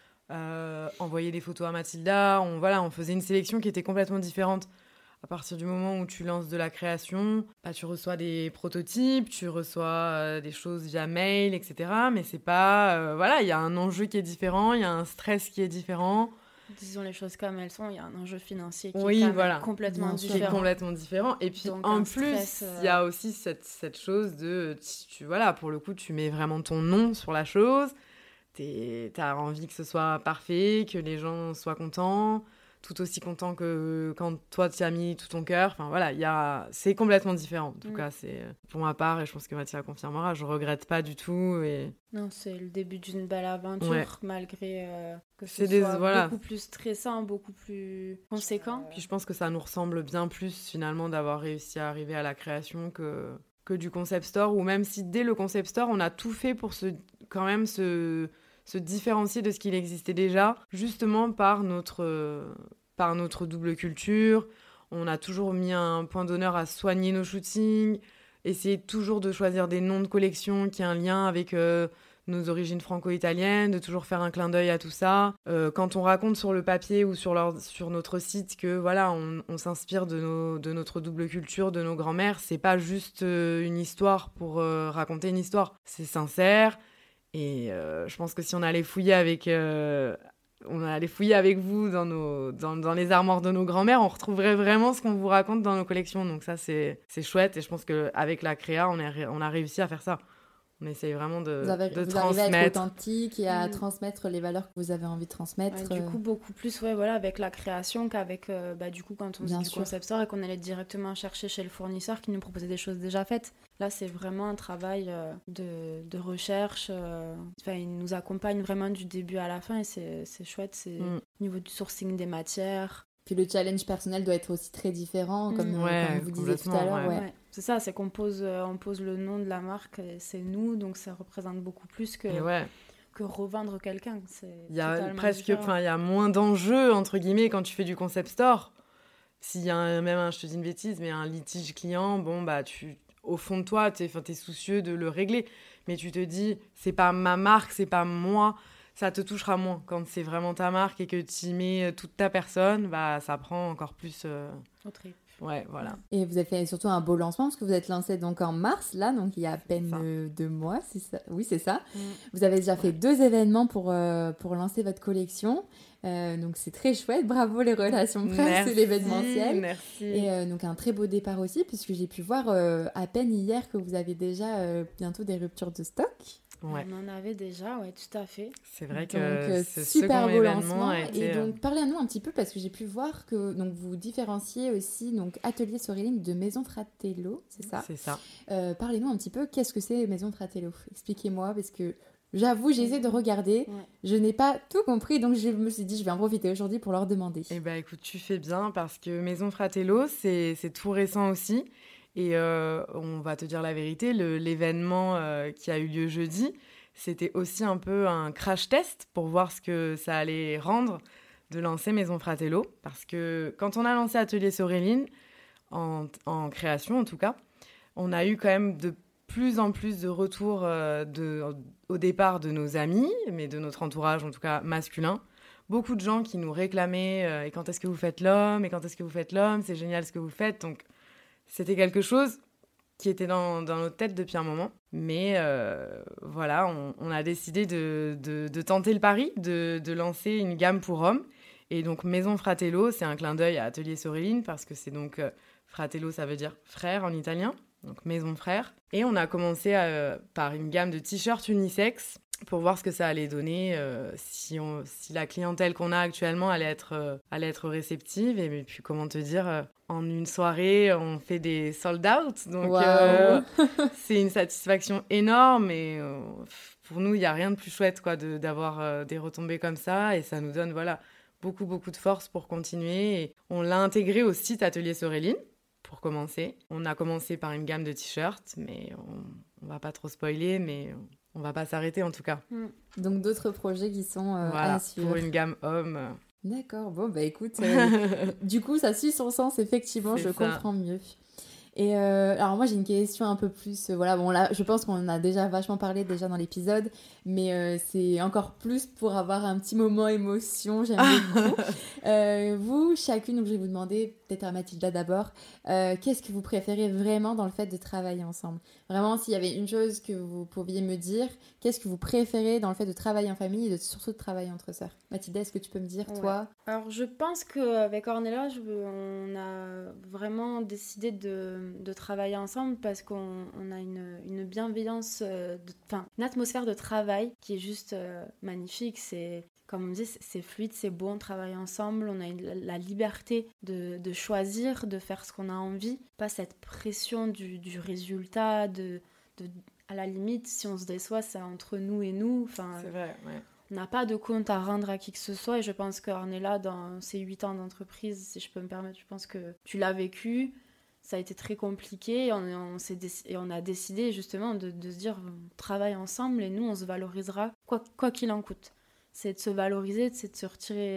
euh, envoyer des photos à Mathilda. On, voilà, on faisait une sélection qui était complètement différente. À partir du moment où tu lances de la création, bah, tu reçois des prototypes, tu reçois euh, des choses via mail, et cetera. Mais c'est pas... euh, voilà, il y a un enjeu qui est différent, il y a un stress qui est différent.
Disons les choses comme elles sont, il y a un enjeu financier qui
Oui,
est quand même
voilà.
complètement
Bien sûr.
Qui est
différent.
complètement différent. Et puis
Donc,
en
un
plus,
stress, euh,
il y a aussi cette, cette chose de, tu, tu- voilà, pour le coup, tu mets vraiment ton nom sur la chose. Tu as envie que ce soit parfait, que les gens soient contents, tout aussi contents que quand toi, tu as mis tout ton cœur. Enfin voilà, il y a... c'est complètement différent. En tout
Mm.
cas, c'est pour ma part, et je pense que Mathilda confirmera, je regrette pas du tout. Et...
Non, c'est le début d'une belle aventure,
Ouais.
malgré euh, que ce
C'est des-
soit
voilà.
beaucoup plus stressant, beaucoup plus conséquent.
Puis je pense que ça nous ressemble bien plus finalement d'avoir réussi à arriver à la création que, que du concept store, ou même si dès le concept store, on a tout fait pour se, quand même se, se différencier de ce qu'il existait déjà, justement par notre, par notre double culture. On a toujours mis un point d'honneur à soigner nos shootings, essayer toujours de choisir des noms de collections qui aient un lien avec euh, nos origines franco-italiennes, de toujours faire un clin d'œil à tout ça. Euh, quand on raconte sur le papier ou sur, leur, sur notre site que voilà, on, on s'inspire de, nos, de notre double culture, de nos grands-mères, c'est pas juste euh, une histoire pour euh, raconter une histoire. C'est sincère. Et euh, je pense que si on allait fouiller avec... Euh, on allait fouiller avec vous dans, nos, dans, dans les armoires de nos grands-mères, on retrouverait vraiment ce qu'on vous raconte dans nos collections. Donc ça, c'est, c'est chouette. Et je pense qu'avec la créa, on, est, on a réussi à faire ça. On essaye vraiment de,
vous avez,
de
vous
transmettre.
Arrivez à être authentique et à
mmh.
transmettre les valeurs que vous avez envie de transmettre.
Ouais, du coup, beaucoup plus ouais, voilà, avec la création qu'avec euh, bah, du coup, quand on faisait du concept store et qu'on allait directement chercher chez le fournisseur qui nous proposait des choses déjà faites. Là, c'est vraiment un travail euh, de, de recherche. Euh, enfin, il nous accompagne vraiment du début à la fin et c'est, c'est chouette. C'est
Mm.
au niveau du sourcing des matières.
Puis le challenge personnel doit être aussi très différent, comme,
Mmh.
Ouais,
comme vous disiez tout à l'heure.
ouais.
Ouais.
Ouais, c'est ça, c'est qu'on pose, euh, on pose le nom de la marque, et c'est nous, donc ça représente beaucoup plus que,
Et ouais.
que revendre quelqu'un. C'est
Il y a
totalement
presque,
différent.
enfin, il y a moins d'enjeux, entre guillemets, quand tu fais du concept store. S'il y a un, même, un, je te dis une bêtise, mais un litige client, bon, bah, tu, au fond de toi, tu es soucieux de le régler. Mais tu te dis, c'est pas ma marque, c'est pas moi, ça te touchera moins. Quand c'est vraiment ta marque et que tu y mets toute ta personne, bah, ça prend encore plus... Euh...
Au trip.
Ouais, voilà.
Et vous avez fait surtout un beau lancement, parce que vous êtes lancé donc en mars, là, donc il y a à peine
ça.
euh, deux mois, c'est ça. Oui, c'est ça.
Mm.
Vous avez déjà
Ouais.
fait deux événements pour, euh, pour lancer votre collection. Euh, donc c'est très chouette, bravo les relations presse
Merci,
et l'événementiel.
Merci.
Et euh, donc un très beau départ aussi, puisque j'ai pu voir euh, à peine hier que vous avez déjà euh, bientôt des ruptures de stock.
Ouais.
On en avait déjà, ouais, tout à fait.
C'est vrai que
Donc euh,
ce
super
second
beau
événement
lancement.
a été...
Et donc parlez-nous un petit peu, parce que j'ai pu voir que donc, vous différenciez aussi donc, Atelier Soréline de Maison Fratello, c'est ça
C'est ça.
euh, Parlez-nous un petit peu, qu'est-ce que c'est Maison Fratello? Expliquez-moi, parce que j'avoue, j'ai essayé de regarder,
Ouais.
je n'ai pas tout compris, donc je me suis dit, je vais en profiter aujourd'hui pour leur demander.
Eh bien, écoute, tu fais bien, parce que Maison Fratello, c'est, c'est tout récent aussi. Et euh, on va te dire la vérité, le, l'événement euh, qui a eu lieu jeudi, c'était aussi un peu un crash test pour voir ce que ça allait rendre de lancer Maison Fratello. Parce que quand on a lancé Atelier Soréline, en, en création en tout cas, on a eu quand même de plus en plus de retours euh, de, au départ de nos amis, mais de notre entourage en tout cas masculin. Beaucoup de gens qui nous réclamaient euh, « Et quand est-ce que vous faites l'homme ? Et quand est-ce que vous faites l'homme ? C'est génial ce que vous faites !» Donc c'était quelque chose qui était dans, dans notre tête depuis un moment. Mais euh, voilà, on, on a décidé de, de, de tenter le pari, de, de lancer une gamme pour hommes. Et donc Maison Fratello, c'est un clin d'œil à Atelier Soréline, parce que c'est donc... Euh, Fratello, ça veut dire frère en italien, donc maison frère. Et on a commencé à, par une gamme de t-shirts unisex pour voir ce que ça allait donner, euh, si, on, si la clientèle qu'on a actuellement allait être, euh, allait être réceptive. Et puis, comment te dire, euh, en une soirée, on fait des sold out. Donc,
Wow.
euh, c'est une satisfaction énorme. Et euh, pour nous, il n'y a rien de plus chouette quoi, de, d'avoir euh, des retombées comme ça. Et ça nous donne voilà, beaucoup, beaucoup de force pour continuer. Et on l'a intégré au site Atelier Soréline. Pour commencer, on a commencé par une gamme de t-shirts, mais on, on va pas trop spoiler, mais on va pas s'arrêter en tout cas.
Mm.
Donc d'autres projets qui sont euh,
Voilà,
à suivre.
pour une gamme homme.
D'accord, bon bah écoute, euh, du coup ça suit son sens, effectivement,
C'est
je
ça.
comprends mieux. Et euh, alors moi j'ai une question un peu plus, euh, voilà, bon là je pense qu'on en a déjà vachement parlé déjà dans l'épisode, mais euh, c'est encore plus pour avoir un petit moment émotion, j'aime beaucoup. Euh, vous, chacune, donc je vais vous demander, peut-être à Mathilda d'abord, euh, qu'est-ce que vous préférez vraiment dans le fait de travailler ensemble ? Vraiment, s'il y avait une chose que vous pouviez me dire, qu'est-ce que vous préférez dans le fait de travailler en famille et de, surtout de travailler entre sœurs ? Mathilda, est-ce que tu peux me dire,
Ouais.
toi ?
Alors, je pense qu'avec Ornella, je, on a vraiment décidé de, de travailler ensemble parce qu'on on a une, une bienveillance, enfin, une atmosphère de travail qui est juste euh, magnifique. C'est, comme on dit, c'est, c'est fluide, c'est beau, on travaille ensemble, on a une, la, la liberté de, de choisir, de faire ce qu'on a envie, pas cette pression du, du résultat, de, de, à la limite, si on se déçoit, c'est entre nous et nous. Enfin,
C'est vrai, ouais.
on n'a pas de compte à rendre à qui que ce soit et je pense qu'Ornella, dans ses huit ans d'entreprise, si je peux me permettre, je pense que tu l'as vécu. Ça a été très compliqué et on, on, s'est déc- et on a décidé justement de, de se dire on travaille ensemble et nous on se valorisera quoi, quoi qu'il en coûte. C'est de se valoriser, c'est de se retirer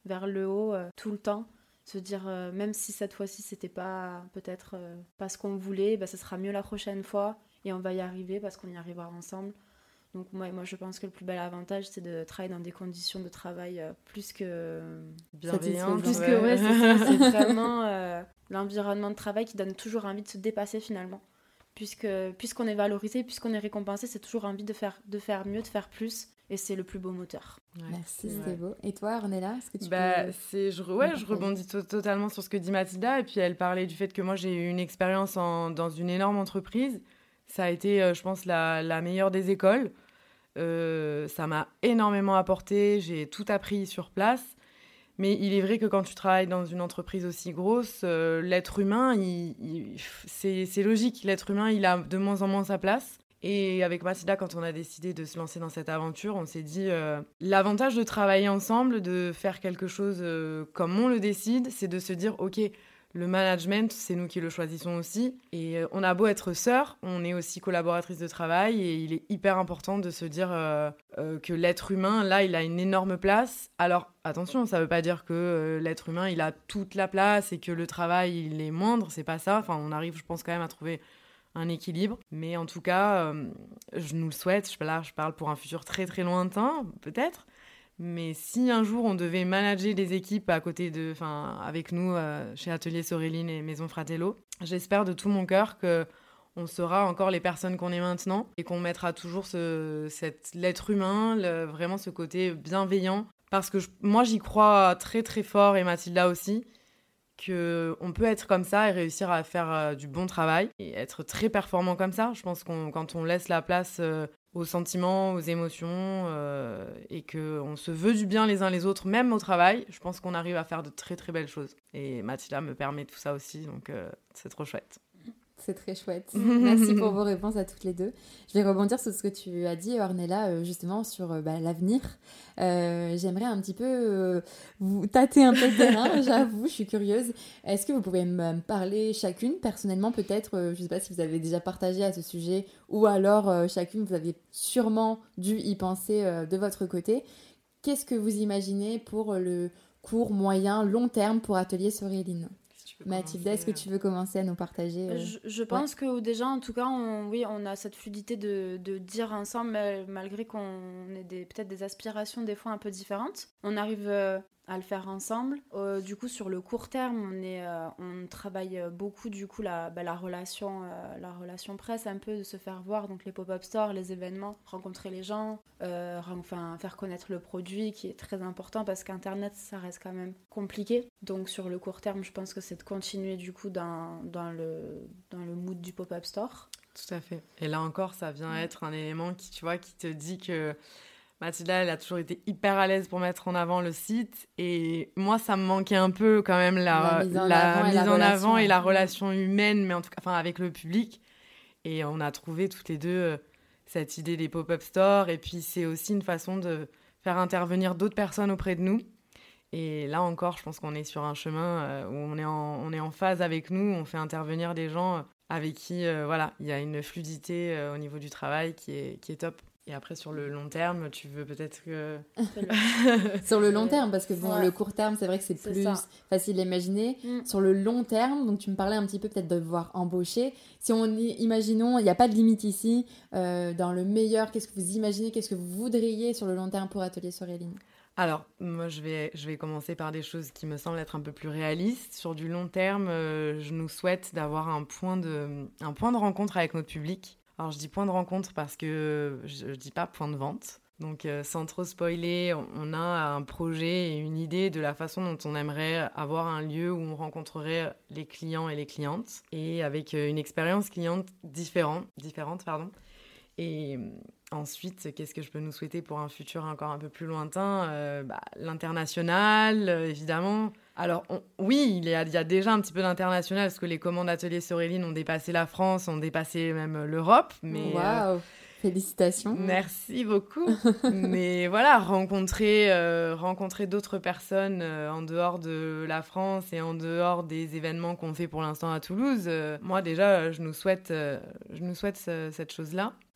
vers le haut euh, tout le temps. Se dire, euh, même si cette fois-ci, c'était pas peut-être euh, pas ce qu'on voulait, bah, ça sera mieux la prochaine fois et on va y arriver parce qu'on y arrivera ensemble. Donc moi, moi, je pense que le plus bel avantage, c'est de travailler dans des conditions de travail euh, plus que...
Bienveillantes.
Plus
ouais.
que, ouais, c'est ça. C'est vraiment euh, l'environnement de travail qui donne toujours envie de se dépasser finalement. Puisque, puisqu'on est valorisé, puisqu'on est récompensé, c'est toujours envie de faire, de faire mieux, de faire plus. Et c'est le plus beau moteur.
Ouais. Merci,
Ouais.
c'était beau. Et toi, Ornella, est-ce que tu
bah,
peux...
c'est, je, ouais, je rebondis to- totalement sur ce que dit Mathilda. Et puis, elle parlait du fait que moi, j'ai eu une expérience en, dans une énorme entreprise. Ça a été, euh, je pense, la, la meilleure des écoles. Euh, ça m'a énormément apporté. J'ai tout appris sur place. Mais il est vrai que quand tu travailles dans une entreprise aussi grosse, euh, l'être humain, il, il, c'est, c'est logique. L'être humain, il a de moins en moins sa place. Et avec Mathilda, quand on a décidé de se lancer dans cette aventure, on s'est dit euh, l'avantage de travailler ensemble, de faire quelque chose euh, comme on le décide, c'est de se dire ok, le management, c'est nous qui le choisissons aussi. Et euh, on a beau être sœurs, on est aussi collaboratrices de travail et il est hyper important de se dire euh, euh, que l'être humain, là, il a une énorme place. Alors attention, ça veut pas dire que euh, l'être humain, il a toute la place et que le travail, il est moindre, c'est pas ça. Enfin, on arrive, je pense, quand même à trouver un équilibre. Mais en tout cas, euh, je nous le souhaite. Je, là, je parle pour un futur très, très lointain, peut-être. Mais si un jour, on devait manager des équipes à côté de... Enfin, avec nous, euh, chez Atelier Soréline et Maison Fratello, j'espère de tout mon cœur qu'on sera encore les personnes qu'on est maintenant et qu'on mettra toujours ce, cette, l'être humain, le, vraiment ce côté bienveillant. Parce que je, moi, j'y crois très, très fort, et Mathilda aussi, qu'on peut être comme ça et réussir à faire euh, du bon travail et être très performant comme ça. Je pense que quand on laisse la place euh, aux sentiments, aux émotions euh, et qu'on se veut du bien les uns les autres, même au travail, je pense qu'on arrive à faire de très très belles choses. Et Mathilda me permet tout ça aussi, donc euh, c'est trop chouette.
C'est très chouette. Merci pour vos réponses à toutes les deux. Je vais rebondir sur ce que tu as dit, Ornella, euh, justement sur euh, bah, l'avenir. Euh, j'aimerais un petit peu euh, vous tâter un peu le terrain, j'avoue, je suis curieuse. Est-ce que vous pouvez me parler chacune, personnellement peut-être, euh, je ne sais pas si vous avez déjà partagé à ce sujet, ou alors euh, chacune, vous avez sûrement dû y penser euh, de votre côté. Qu'est-ce que vous imaginez pour le court, moyen, long terme pour Atelier Soréline ? Mathilda, est-ce que tu veux commencer à nous partager euh...
Je, je pense ouais. que déjà, en tout cas, on, oui, on a cette fluidité de, de dire ensemble, malgré qu'on ait des, peut-être des aspirations des fois un peu différentes. On arrive euh, à le faire ensemble. Euh, du coup, sur le court terme, on, est, euh, on travaille beaucoup du coup la, bah, la, relation, euh, la relation presse, un peu de se faire voir, donc les pop-up stores, les événements, rencontrer les gens, euh, enfin, faire connaître le produit qui est très important parce qu'Internet, ça reste quand même compliqué. Donc sur le court terme, je pense que c'est de continuer du coup dans, dans, le, dans le mood du pop-up store.
Tout à fait. Et là encore, ça vient être un élément qui, tu vois, qui te dit que Mathilda, elle a toujours été hyper à l'aise pour mettre en avant le site. Et moi, ça me manquait un peu quand même la, la mise en, la avant, mise et la en avant et la relation humaine, mais en tout cas, enfin, avec le public. Et on a trouvé toutes les deux euh, cette idée des pop-up stores. Et puis, c'est aussi une façon de faire intervenir d'autres personnes auprès de nous. Et là encore, je pense qu'on est sur un chemin euh, où on est, en, on est en phase avec nous. On fait intervenir des gens avec qui, euh, voilà, il y a une fluidité euh, au niveau du travail qui est, qui est top. Et après, sur le long terme, tu veux peut-être que...
Sur le long terme, parce que bon,
ouais.
le court terme, c'est vrai que c'est, c'est plus ça. facile à imaginer. Mm. Sur le long terme, donc tu me parlais un petit peu peut-être de devoir embaucher. Si on y, imaginons, il n'y a pas de limite ici, euh, dans le meilleur, qu'est-ce que vous imaginez, qu'est-ce que vous voudriez sur le long terme pour Atelier Soréline ?
Alors, moi, je vais, je vais commencer par des choses qui me semblent être un peu plus réalistes. Sur du long terme, euh, je nous souhaite d'avoir un point de, un point de rencontre avec notre public. Alors, je dis point de rencontre parce que je ne dis pas point de vente. Donc, euh, sans trop spoiler, on a un projet et une idée de la façon dont on aimerait avoir un lieu où on rencontrerait les clients et les clientes et avec une expérience cliente différente, différente pardon. Et ensuite, qu'est-ce que je peux nous souhaiter pour un futur encore un peu plus lointain ? euh, bah, L'international, euh, évidemment. Alors, on, oui, il y, a, il y a déjà un petit peu d'international, parce que les commandes Atelier Soréline ont dépassé la France, ont dépassé même l'Europe. Mais,
waouh, euh, félicitations.
Merci beaucoup. Mais voilà, rencontrer, euh, rencontrer d'autres personnes euh, en dehors de la France et en dehors des événements qu'on fait pour l'instant à Toulouse, euh, moi déjà, je nous souhaite, euh, je nous souhaite euh, cette chose-là.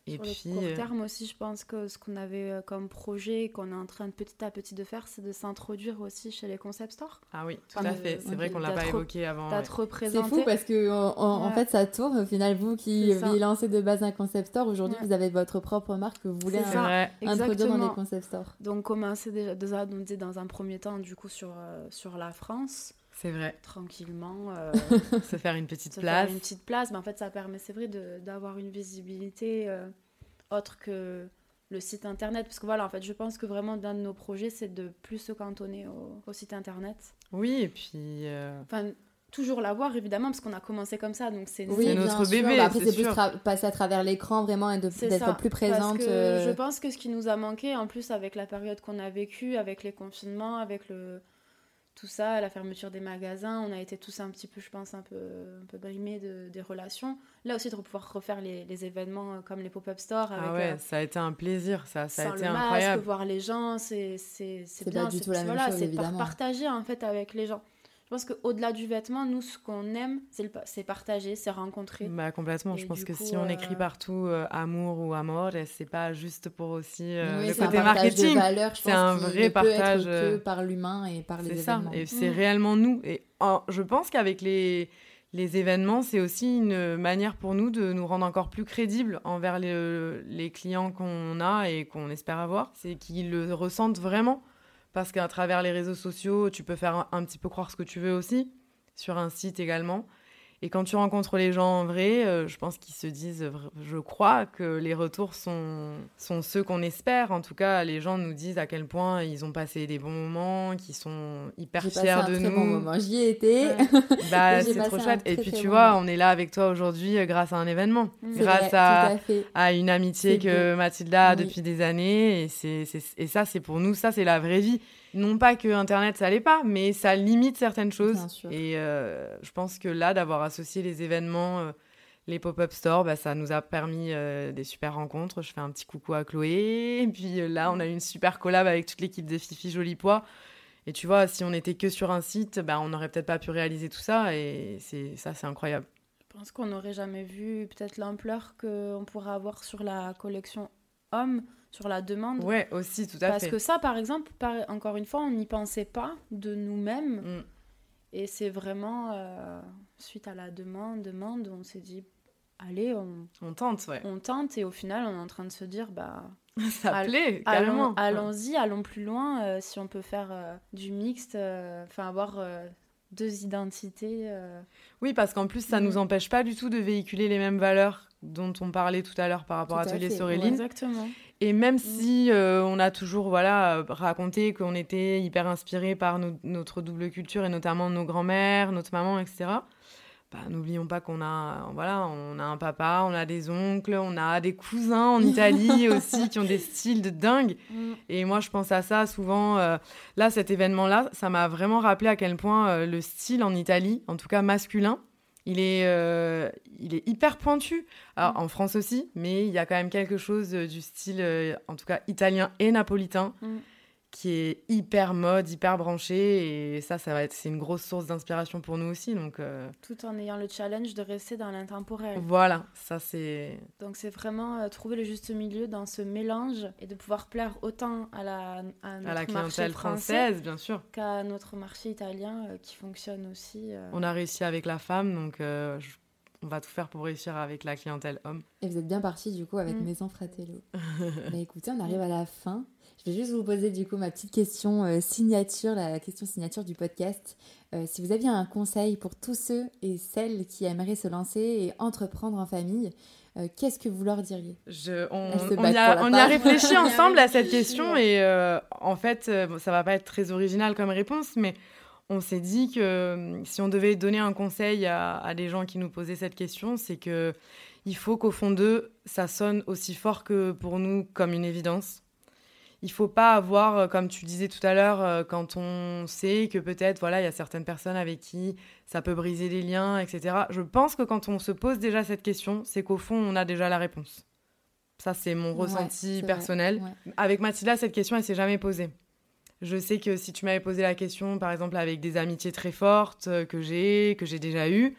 Et
Sur
puis,
le court
euh,
terme aussi, je pense que ce qu'on avait euh, comme projet, qu'on est en train de petit à petit de faire, c'est de s'introduire aussi chez les concept stores.
ah oui, tout
Enfin,
à
de-
fait. C'est
ok.
vrai qu'on l'a pas
d'être-
évoqué avant. ouais.
D'être
C'est
représenté.
fou parce que en, en- en
Ouais.
fait ça tourne au final, vous qui
C'est ça.
aviez lancé de base un concept store, aujourd'hui
Ouais.
vous avez votre propre marque que vous voulez
C'est
C'est
un-
ça.
vrai.
introduire dans les
Exactement.
concept stores.
Donc commencer déjà, déjà donc, dit, dans un premier temps du coup sur, euh, sur la France,
C'est vrai.
tranquillement, euh,
Se faire une petite
se
place.
faire une petite place. Mais en fait ça permet, c'est vrai, de- d'avoir une visibilité euh, autre que le site internet. Parce que voilà, en fait je pense que vraiment l'un de nos projets c'est de plus se cantonner au, au site internet.
Oui, et puis. euh,
Enfin, toujours l'avoir évidemment parce qu'on a commencé comme ça, donc c'est
Oui,
C'est
bien
notre
sûr.
bébé,
Bah, après
c'est
c'est plus
sûr.
tra- passer à travers l'écran vraiment et de-
C'est
d'être
ça,
plus présente.
Parce que
euh,
je pense que ce qui nous a manqué, en plus avec la période qu'on a vécue, avec les confinements, avec le tout ça, la fermeture des magasins, on a été tous un petit peu, je pense, un peu, un peu brimés de, des relations. Là aussi, de pouvoir refaire les, les événements comme les pop-up stores avec
Ah ouais,
euh,
ça a été un plaisir, ça. Ça a
sans
été
le masque,
incroyable.
voir les gens, c'est c'est c'est
C'est
bien.
pas du
c'est-
tout la même
voilà,
chose,
c'est par
évidemment.
partager en fait avec les gens. Je pense qu'au-delà du vêtement, nous, ce qu'on aime, c'est le pa- c'est partager, c'est rencontrer.
Bah, complètement.
Et
Je pense
du
que
coup,
si on
euh,
écrit partout euh, amour ou amor, c'est pas juste pour aussi euh,
oui,
le
c'est un
côté
partage
marketing.
de valeurs, je
C'est
pense,
un
qui
vrai
ne peut
partage,
être que
euh,
par l'humain et par les
C'est ça,
événements.
et c'est
Mm.
réellement nous. Et en- je pense qu'avec les, les événements, c'est aussi une manière pour nous de nous rendre encore plus crédibles envers les, les clients qu'on a et qu'on espère avoir. C'est qu'ils le ressentent vraiment. Parce qu'à travers les réseaux sociaux, tu peux faire un, un petit peu croire ce que tu veux aussi, sur un site également. Et quand tu rencontres les gens en vrai, euh, je pense qu'ils se disent, vra- je crois que les retours sont, sont ceux qu'on espère. En tout cas, les gens nous disent à quel point ils ont passé des bons moments, qu'ils sont hyper
J'ai passé
fiers
un
de
très
nous.
bon moment. J'y ai été.
Ouais.
Bah,
J'ai
c'est
passé
trop
un
chouette. Et
très,
puis
très
tu
bon
vois,
moment.
on est là avec toi aujourd'hui euh, grâce à un événement,
Mm.
C'est
grâce
vrai, tout
à,
à fait.
à une amitié
C'est
que Mathilda a
Oui.
depuis des années. Et, c'est, c'est- et ça, c'est pour nous, ça, c'est la vraie vie. Non pas que Internet, ça l'est pas, mais ça limite certaines choses.
Bien sûr.
Et euh, je pense que là, d'avoir associé les événements, euh, les pop-up stores, bah, ça nous a permis euh, des super rencontres. Je fais un petit coucou à Chloé. Et puis euh, là, on a eu une super collab avec toute l'équipe de Fifi Joli Pois. Et tu vois, si on était que sur un site, bah, on n'aurait peut-être pas pu réaliser tout ça. Et c'est, ça, c'est incroyable.
Je pense qu'on n'aurait jamais vu peut-être l'ampleur qu'on pourrait avoir sur la collection homme, sur la demande.
Ouais, aussi, tout à
Parce
fait.
que ça, par exemple, par- encore une fois, on n'y pensait pas de nous-mêmes.
Mm.
Et c'est vraiment, euh, suite à la demande, demande, on s'est dit, allez, on,
On tente, ouais.
on tente. Et au final, on est en train de se dire, bah,
Ça
All-
plaît,
allons,
carrément.
allons-y, allons plus loin. euh, si on peut faire euh, du mixte, euh, enfin avoir euh, deux identités. euh.
Oui, parce qu'en plus, ça
Mm.
nous empêche pas du tout de véhiculer les mêmes valeurs dont on parlait tout à l'heure par rapport
Tout
à
à
Atelier
fait,
Soréline.
Exactement.
Et même si euh, on a toujours voilà, euh, raconté qu'on était hyper inspiré par no- notre double culture et notamment nos grands-mères, notre maman, et cetera, bah, n'oublions pas qu'on a, voilà, on a un papa, on a des oncles, on a des cousins en Italie aussi qui ont des styles de dingue.
Mm.
Et moi, je pense à ça souvent. euh, là, cet événement-là, ça m'a vraiment rappelé à quel point euh, le style en Italie, en tout cas masculin, il est, euh, il est hyper pointu. Alors,
Mm.
en France aussi, mais il y a quand même quelque chose euh, du style, euh, en tout cas italien et napolitain,
Mm.
qui est hyper mode, hyper branché. Et ça, ça va être, c'est une grosse source d'inspiration pour nous aussi. Donc, euh,
Tout en ayant le challenge de rester dans l'intemporel.
voilà, ça c'est...
Donc c'est vraiment euh, trouver le juste milieu dans ce mélange et de pouvoir plaire autant à la, à notre
à la
marché
clientèle
français
française, bien sûr.
qu'à notre marché italien euh, qui fonctionne aussi. euh.
On a réussi avec la femme, donc euh, je- on va tout faire pour réussir avec la clientèle homme.
Et vous êtes bien parti du coup avec
Mm.
Maison Fratello. Bah écoutez, on arrive à la fin. Je vais juste vous poser du coup ma petite question euh, signature, la question signature du podcast. Euh, si vous aviez un conseil pour tous ceux et celles qui aimeraient se lancer et entreprendre en famille, euh, qu'est-ce que vous leur diriez?
Je, on,
Elle se
on
bat
y a,
pour la
on y a
part.
réfléchi
On y a
ensemble à cette
réfléchi,
question
ouais.
et euh, en fait, euh, bon, ça va pas être très original comme réponse, mais on s'est dit que euh, si on devait donner un conseil à, à des gens qui nous posaient cette question, c'est que il faut qu'au fond d'eux, ça sonne aussi fort que pour nous comme une évidence. Il faut pas avoir, euh, comme tu disais tout à l'heure, euh, quand on sait que peut-être, voilà, il y a certaines personnes avec qui ça peut briser des liens, et cetera. Je pense que quand on se pose déjà cette question, c'est qu'au fond, on a déjà la réponse. Ça, c'est mon
Ouais,
ressenti
c'est
personnel.
vrai, ouais.
Avec Mathilda, cette question, elle s'est jamais posée. Je sais que si tu m'avais posé la question, par exemple, avec des amitiés très fortes euh, que j'ai, que j'ai déjà eues,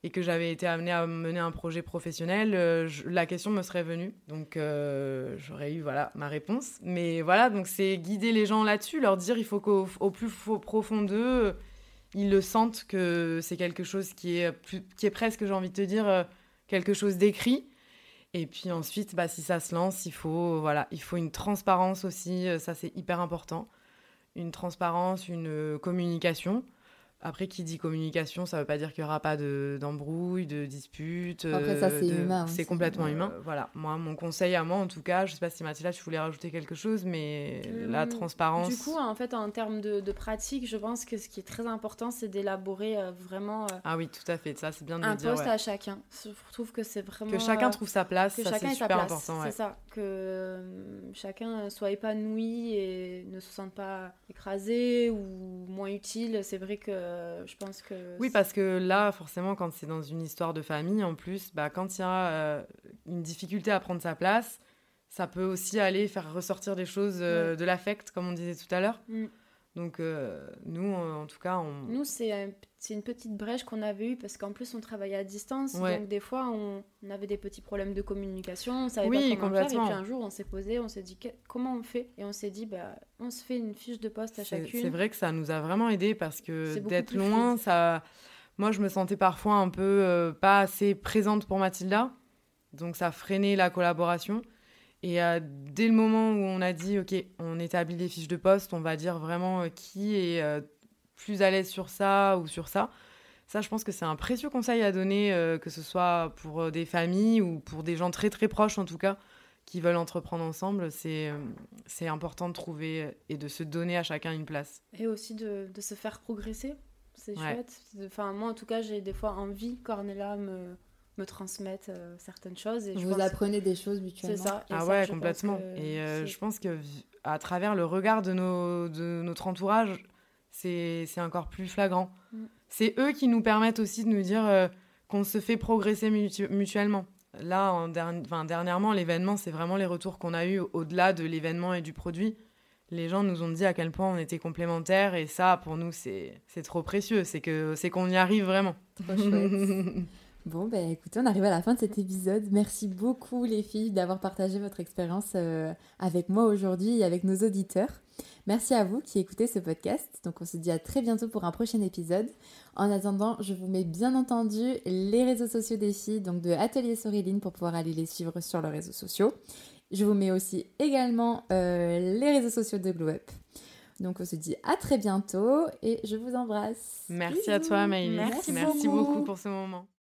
et que j'avais été amenée à mener un projet professionnel, euh, je, la question me serait venue. Donc, euh, j'aurais eu voilà, ma réponse. Mais voilà, donc c'est guider les gens là-dessus, leur dire il faut qu'au au plus profond d'eux, ils le sentent que c'est quelque chose qui est, plus, qui est presque, j'ai envie de te dire, euh, quelque chose d'écrit. Et puis ensuite, bah, si ça se lance, il faut, voilà, il faut une transparence aussi, ça c'est hyper important. Une transparence, une communication. Après, qui dit communication, ça ne veut pas dire qu'il n'y aura pas de, d'embrouille, de disputes.
Après, ça, c'est
de...
humain.
C'est
aussi.
complètement
euh...
humain. Voilà. Moi, mon conseil à moi, en tout cas, je ne sais pas si Mathilda, tu voulais rajouter quelque chose, mais euh, la transparence...
Du coup, en fait, en termes de, de pratique, je pense que ce qui est très important, c'est d'élaborer euh, vraiment... Euh,
ah oui, tout à fait. Ça, c'est bien de
un
le dire.
poste
ouais.
à chacun. Je trouve que c'est vraiment...
Que chacun
euh,
trouve sa place,
que
ça,
chacun
c'est
ait sa
super
place.
important. Ouais.
C'est ça. Que euh, chacun soit épanoui et ne se sente pas écrasé ou moins utile. C'est vrai que euh, je pense que...
Oui, parce que là, forcément, quand c'est dans une histoire de famille, en plus, bah, quand il y a euh, une difficulté à prendre sa place, ça peut aussi aller faire ressortir des choses euh,
ouais.
de l'affect, comme on disait tout à l'heure.
Mm.
Donc, euh, nous, en tout cas, on...
Nous, c'est, un, c'est une petite brèche qu'on avait eue parce qu'en plus, on travaillait à distance.
Ouais.
Donc, des fois, on, on avait des petits problèmes de communication. On savait
oui,
pas comment faire. Et
complètement.
puis, un jour, on s'est posé, on s'est dit, comment on fait ? Et on s'est dit, bah, on se fait une fiche de poste à
c'est,
chacune.
c'est vrai que ça nous a vraiment aidés parce que
C'est beaucoup
d'être
plus
loin,
fluide.
ça... Moi, je me sentais parfois un peu euh, pas assez présente pour Mathilda. Donc, ça freinait la collaboration. Et euh, dès le moment où on a dit, OK, on établit les fiches de poste, on va dire vraiment euh, qui est euh, plus à l'aise sur ça ou sur ça. Ça, je pense que c'est un précieux conseil à donner, euh, que ce soit pour euh, des familles ou pour des gens très, très proches, en tout cas, qui veulent entreprendre ensemble. C'est, euh, c'est important de trouver et de se donner à chacun une place.
Et aussi de, de se faire progresser. C'est
ouais.
chouette. Enfin, moi, en tout cas, j'ai des fois envie qu'Ornella me... me transmettre euh, certaines choses. Et je
Vous
pense...
apprenez des choses mutuellement.
C'est ça.
Ah
ça,
ouais, complètement.
Que
et euh,
c'est...
je pense qu'à travers le regard de, nos, de notre entourage, c'est, c'est encore plus flagrant. Mm. C'est eux qui nous permettent aussi de nous dire euh, qu'on se fait progresser mutu- mutuellement. Là, en der- enfin, dernièrement, l'événement, c'est vraiment les retours qu'on a eus au-delà de l'événement et du produit. Les gens nous ont dit à quel point on était complémentaires et ça, pour nous, c'est, c'est trop précieux. C'est, que, c'est qu'on y arrive vraiment.
Trop chouette. Bon, ben écoutez, on arrive à la fin de cet épisode. Merci beaucoup les filles d'avoir partagé votre expérience euh, avec moi aujourd'hui et avec nos auditeurs. Merci à vous qui écoutez ce podcast. Donc on se dit à très bientôt pour un prochain épisode. En attendant, je vous mets bien entendu les réseaux sociaux des filles, donc de Atelier Soréline, pour pouvoir aller les suivre sur leurs réseaux sociaux. Je vous mets aussi également euh, les réseaux sociaux de Glow Up. Donc on se dit à très bientôt et je vous embrasse.
Merci
Bisous.
à toi Maëlys.
Merci,
Merci
beaucoup.
beaucoup pour ce moment.